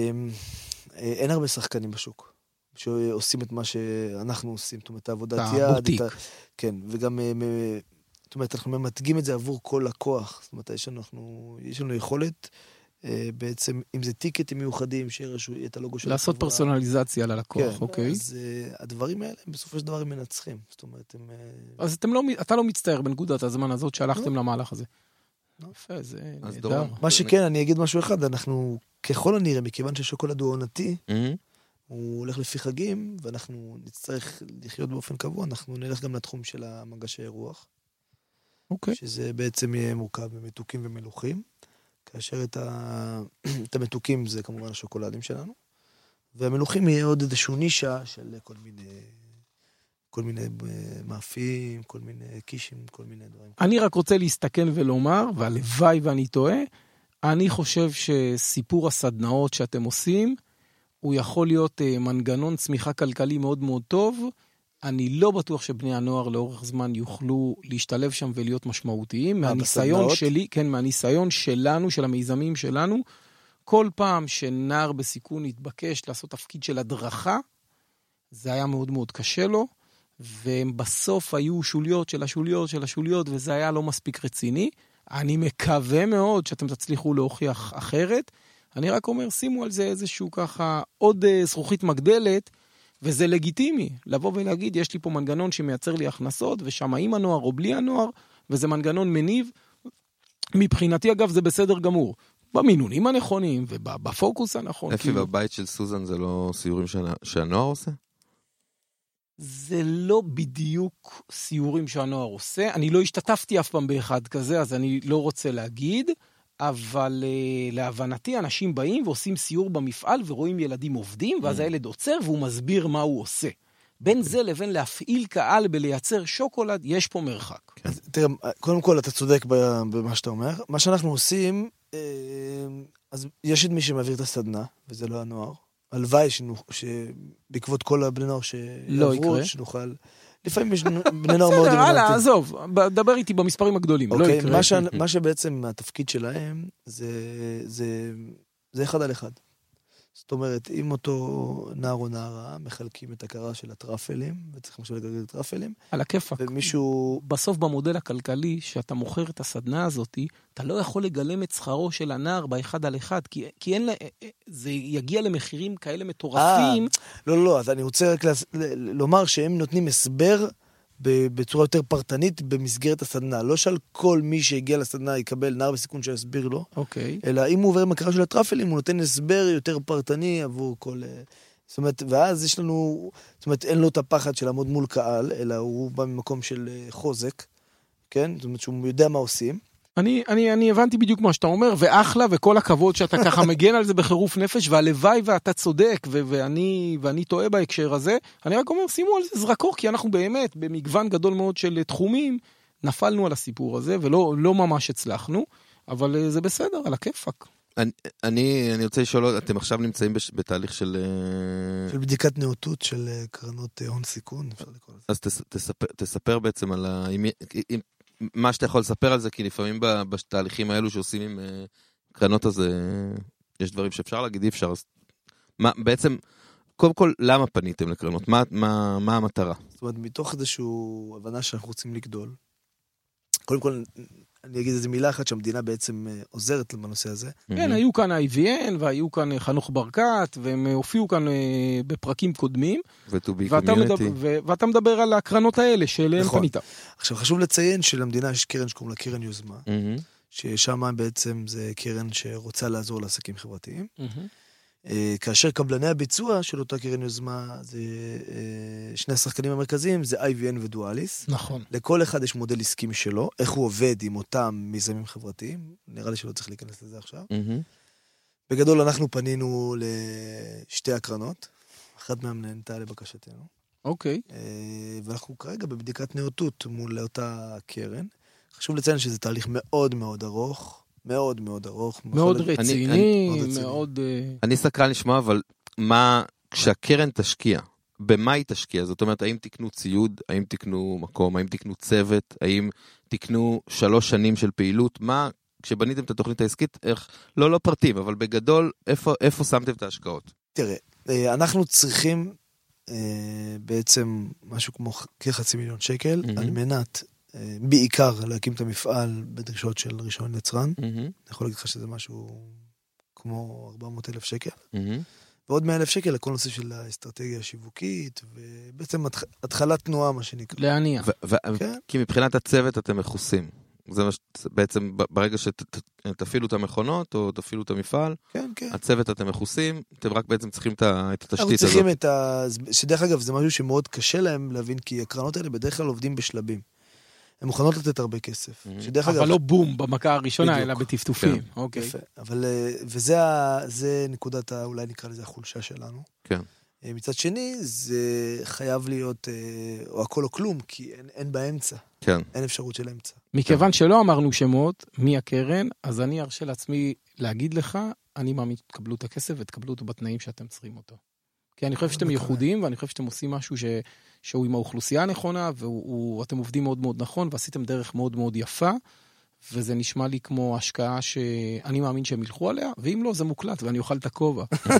אין הרבה שחקנים בשוק, שעושים את מה שאנחנו עושים, זאת אומרת, עבודת יד. הבוטיק. כן, וגם, זאת אומרת, אנחנו ממתגים את זה עבור כל לקוח. זאת אומרת, יש לנו, אנחנו, יש לנו יכולת, בעצם, אם זה טיקטים מיוחדים, שירשו את הלוגו של לעשות החברה. פרסונליזציה ללקוח, כן, אוקיי. אז הדברים האלה, בסופו של דבר הם מנצחים. זאת אומרת, הם... אז אתם לא, אתה לא מצטער בנקודת הזמן הזאת שהלכתם למהלך הזה. יפה, זה נהדר. מה שכן, אני אגיד משהו אחד, אנחנו ככל הנראה, מכיוון ששוקולד הוא עונתי, הוא הולך לפי חגים, ואנחנו נצטרך לחיות באופן קבוע, אנחנו נלך גם לתחום של המגשי רוח. אוקיי. שזה בעצם יהיה מורכב במתוקים ומלוכים, כאשר את, ה... את המתוקים זה כמובן השוקולדים שלנו, והמלוכים יהיה עוד איזשהו נישה של כל מיני, כל מיני מאפים, כל מיני קישים, כל מיני דברים. אני רק רוצה להסתכן ולומר, והלוואי ואני טועה, אני חושב שסיפור הסדנאות שאתם עושים, הוא יכול להיות מנגנון צמיחה כלכלי מאוד מאוד טוב. אני לא בטוח שבני הנוער לאורך זמן יוכלו להשתלב שם ולהיות משמעותיים. מהניסיון שלי, כן, מהניסיון שלנו, של המיזמים שלנו, כל פעם שנער בסיכון התבקש לעשות תפקיד של הדרכה, זה היה מאוד מאוד קשה לו, ובסוף היו שוליות של השוליות של השוליות, וזה היה לא מספיק רציני. אני מקווה מאוד שאתם תצליחו להוכיח אחרת. אני רק אומר, שימו על זה איזשהו ככה עוד זכוכית מגדלת, וזה לגיטימי, לבוא ולהגיד, יש לי פה מנגנון שמייצר לי הכנסות, ושם עם הנוער או בלי הנוער, וזה מנגנון מניב. מבחינתי, אגב, זה בסדר גמור. במינונים הנכונים, ובפוקוס הנכון. אפי, בבית של סוזן זה לא סיורים שהנוער עושה? זה לא בדיוק סיורים שהנוער עושה. אני לא השתתפתי אף פעם באחד כזה, אז אני לא רוצה להגיד, אבל uh, להבנתי אנשים באים ועושים סיור במפעל ורואים ילדים עובדים, ואז הילד עוצר והוא מסביר מה הוא עושה. בין זה לבין להפעיל קהל בלייצר שוקולד, יש פה מרחק. אז, תראה, קודם כל אתה צודק במה שאתה אומר. מה שאנחנו עושים, אז יש את מי שמעביר את הסדנה, וזה לא הנוער. הלוואי שבעקבות כל הבני נוער שיעברו, שנוכל... לפעמים יש בני נוער מאוד... בסדר, הלאה, עזוב, דבר איתי במספרים הגדולים, לא יקרה. מה שבעצם התפקיד שלהם, זה אחד על אחד. זאת אומרת, אם אותו נער או נערה מחלקים את הכרה של הטרפלים, וצריך משהו לגלגל את הטרפלים. על הכיפק. ומישהו... בסוף במודל הכלכלי, שאתה מוכר את הסדנה הזאת, אתה לא יכול לגלם את שכרו של הנער באחד על אחד, כי, כי אין לה, זה יגיע למחירים כאלה מטורפים. לא, לא, אז אני רוצה רק לומר שהם נותנים הסבר בצורה יותר פרטנית במסגרת הסדנה. לא שעל כל מי שהגיע לסדנה יקבל נער בסיכון שיסביר לו, אוקיי. אלא אם הוא עובר עם הכרה של הטרפלים, הוא נותן הסבר יותר פרטני עבור כל... זאת אומרת, ואז יש לנו... זאת אומרת, אין לו את הפחד של לעמוד מול קהל, אלא הוא בא ממקום של חוזק, כן? זאת אומרת, שהוא יודע מה עושים. אני, אני, אני הבנתי בדיוק מה שאתה אומר, ואחלה, וכל הכבוד שאתה ככה מגן על זה בחירוף נפש, והלוואי ואתה צודק, ו- ואני, ואני טועה בהקשר הזה. אני רק אומר, שימו על זה זרקור, כי אנחנו באמת, במגוון גדול מאוד של תחומים, נפלנו על הסיפור הזה, ולא לא ממש הצלחנו, אבל זה בסדר, על הכיפק. אני, אני, אני רוצה לשאול, אתם עכשיו נמצאים בתהליך של... של בדיקת נאותות של קרנות הון סיכון, אפשר לקרוא לזה. אז תס, תספר, תספר בעצם על ה... אם, אם, מה שאתה יכול לספר על זה, כי לפעמים בתהליכים האלו שעושים עם קרנות הזה, יש דברים שאפשר להגיד, אי אפשר. מה, בעצם, קודם כל, למה פניתם לקרנות? מה, מה, מה המטרה? זאת אומרת, מתוך איזושהי הבנה שאנחנו רוצים לגדול, קודם כל, אני אגיד איזו מילה אחת שהמדינה בעצם עוזרת בנושא הזה. כן, היו כאן ה-איי וי אן, והיו כאן חנוך ברקת, והם הופיעו כאן בפרקים קודמים. ו-טו בי Community. ואתה מדבר על הקרנות האלה, שאליהן פנית. עכשיו, חשוב לציין שלמדינה יש קרן שקוראים לה קרן יוזמה, ששם בעצם זה קרן שרוצה לעזור לעסקים חברתיים. כאשר קבלני הביצוע של אותה קרן יוזמה, זה שני השחקנים המרכזיים, זה איי וי אן ודואליס. נכון. לכל אחד יש מודל עסקי משלו, איך הוא עובד עם אותם מיזמים חברתיים, נראה לי שלא צריך להיכנס לזה עכשיו. בגדול אנחנו פנינו לשתי הקרנות, אחת מהן נענתה לבקשתנו. אוקיי. ואנחנו כרגע בבדיקת נאותות מול אותה קרן. חשוב לציין שזה תהליך מאוד מאוד ארוך, מאוד מאוד ארוך. מאוד רציני, מאוד... אני סקרן לשמוע, אבל מה, כשהקרן תשקיע, במה היא תשקיע? זאת אומרת, האם תקנו ציוד, האם תקנו מקום, האם תקנו צוות, האם תקנו שלוש שנים של פעילות? מה, כשבניתם את התוכנית העסקית, איך, לא, לא פרטים, אבל בגדול, איפה, איפה שמתם את ההשקעות? תראה, אנחנו צריכים בעצם משהו כמו כחצי מיליון שקל, על מנת בעיקר להקים את המפעל בדרישות של רישיון יצרן. אני יכול להגיד לך שזה משהו כמו ארבע מאות אלף שקל. ועוד מאה אלף שקל לכל נושא של האסטרטגיה השיווקית, ובעצם התחלת תנועה, מה שנקרא. להניע. כי מבחינת הצוות אתם מכוסים. זה בעצם ברגע שתפעילו את המכונות, או תפעילו את המפעל, הצוות אתם מכוסים, אתם רק בעצם צריכים את התשתית הזאת. אנחנו צריכים את ה... שדרך אגב, זה משהו שמאוד קשה להם להבין, כי הקרנות האלה בדרך כלל עובדים בשלבים. הן מוכנות לתת הרבה כסף. אבל לא בום במכה הראשונה, אלא בטפטופים. יפה. אבל, וזה נקודת, אולי נקרא לזה החולשה שלנו. כן. מצד שני, זה חייב להיות, או הכל או כלום, כי אין, אין באמצע. כן. אין אפשרות של אמצע. מכיוון שלא אמרנו שמות, מי הקרן, אז אני ארשה לעצמי להגיד לך, אני מאמין שתקבלו את הכסף ותקבלו אותו בתנאים שאתם צריכים אותו. כי אני חושב שאתם ייחודיים, ואני חושב שאתם עושים משהו ש... שהוא עם האוכלוסייה הנכונה, ואתם עובדים מאוד מאוד נכון, ועשיתם דרך מאוד מאוד יפה, וזה נשמע לי כמו השקעה שאני מאמין שהם ילכו עליה, ואם לא, זה מוקלט, ואני אוכל את הכובע.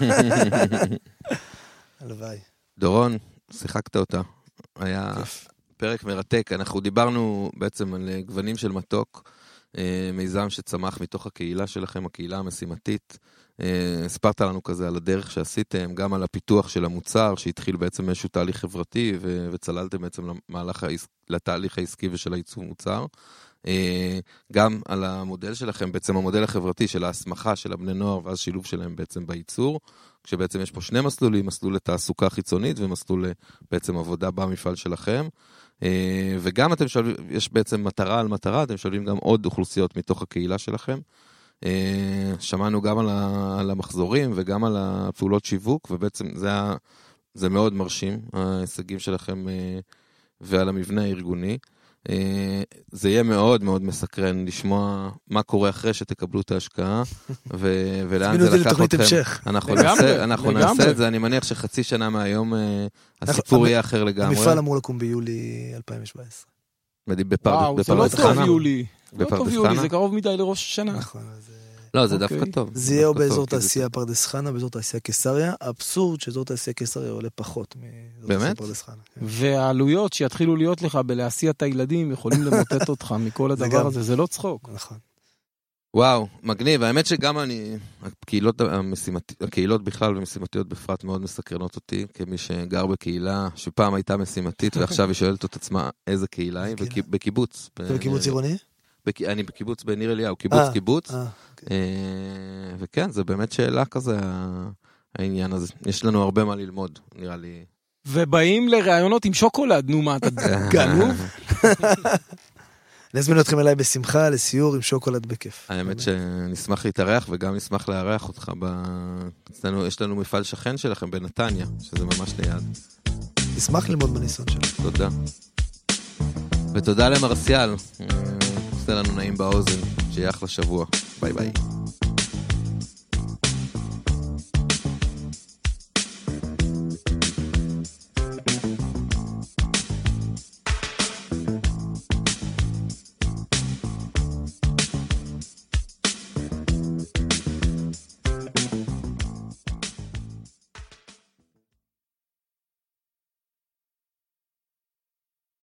הלוואי. דורון, שיחקת אותה. היה פרק מרתק. אנחנו דיברנו בעצם על גוונים של מתוק, מיזם שצמח מתוך הקהילה שלכם, הקהילה המשימתית. הספרת לנו כזה על הדרך שעשיתם, גם על הפיתוח של המוצר, שהתחיל בעצם איזשהו תהליך חברתי, וצללתם בעצם למהלך, לתהליך העסקי ושל הייצור מוצר. גם על המודל שלכם, בעצם המודל החברתי של ההסמכה של הבני נוער, ואז שילוב שלהם בעצם בייצור, כשבעצם יש פה שני מסלולים, מסלול לתעסוקה חיצונית, ומסלול בעצם עבודה במפעל שלכם. וגם אתם שואלים, יש בעצם מטרה על מטרה, אתם שואלים גם עוד אוכלוסיות מתוך הקהילה שלכם. שמענו גם על המחזורים וגם על הפעולות שיווק, ובעצם זה, זה מאוד מרשים, ההישגים שלכם ועל המבנה הארגוני. זה יהיה מאוד מאוד מסקרן לשמוע מה קורה אחרי שתקבלו את ההשקעה, ולאן זה לקח אתכם. אנחנו נעשה את זה, אני מניח שחצי שנה מהיום הסיפור יהיה אחר לגמרי. המפעל אמור לקום ביולי אלפיים שבע עשרה. וואו, זה לא טוב יולי. לא טוב יולי, זה קרוב מדי לראש השנה. נכון, לא, זה דווקא טוב. זה יהיה או באזור תעשייה פרדס חנה, באזור תעשייה קיסריה. האבסורד שאזור תעשייה קיסריה עולה פחות מאזור תעשייה פרדס חנה. והעלויות שיתחילו להיות לך בלהסיע את הילדים יכולים למוטט אותך מכל הדבר הזה, זה לא צחוק. נכון. וואו, מגניב. האמת שגם אני, הקהילות, הקהילות בכלל ומשימתיות בפרט מאוד מסקרנות אותי, כמי שגר בקהילה שפעם הייתה משימתית ועכשיו היא שואלת את עצמה איזה קהילה היא, בקיבוץ. בקיבוץ עירוני? אני בקיבוץ בניר אליהו, קיבוץ קיבוץ, וכן, זה באמת שאלה כזה, העניין הזה. יש לנו הרבה מה ללמוד, נראה לי. ובאים לראיונות עם שוקולד, נו מה, אתה גנוב? נזמין אתכם אליי בשמחה, לסיור עם שוקולד בכיף. האמת שנשמח להתארח, וגם נשמח לארח אותך. יש לנו מפעל שכן שלכם בנתניה, שזה ממש ליד. נשמח ללמוד בניסיון שלך. תודה. ותודה למרסיאל. עושה לנו נעים באוזן, שיהיה אחלה שבוע. ביי ביי.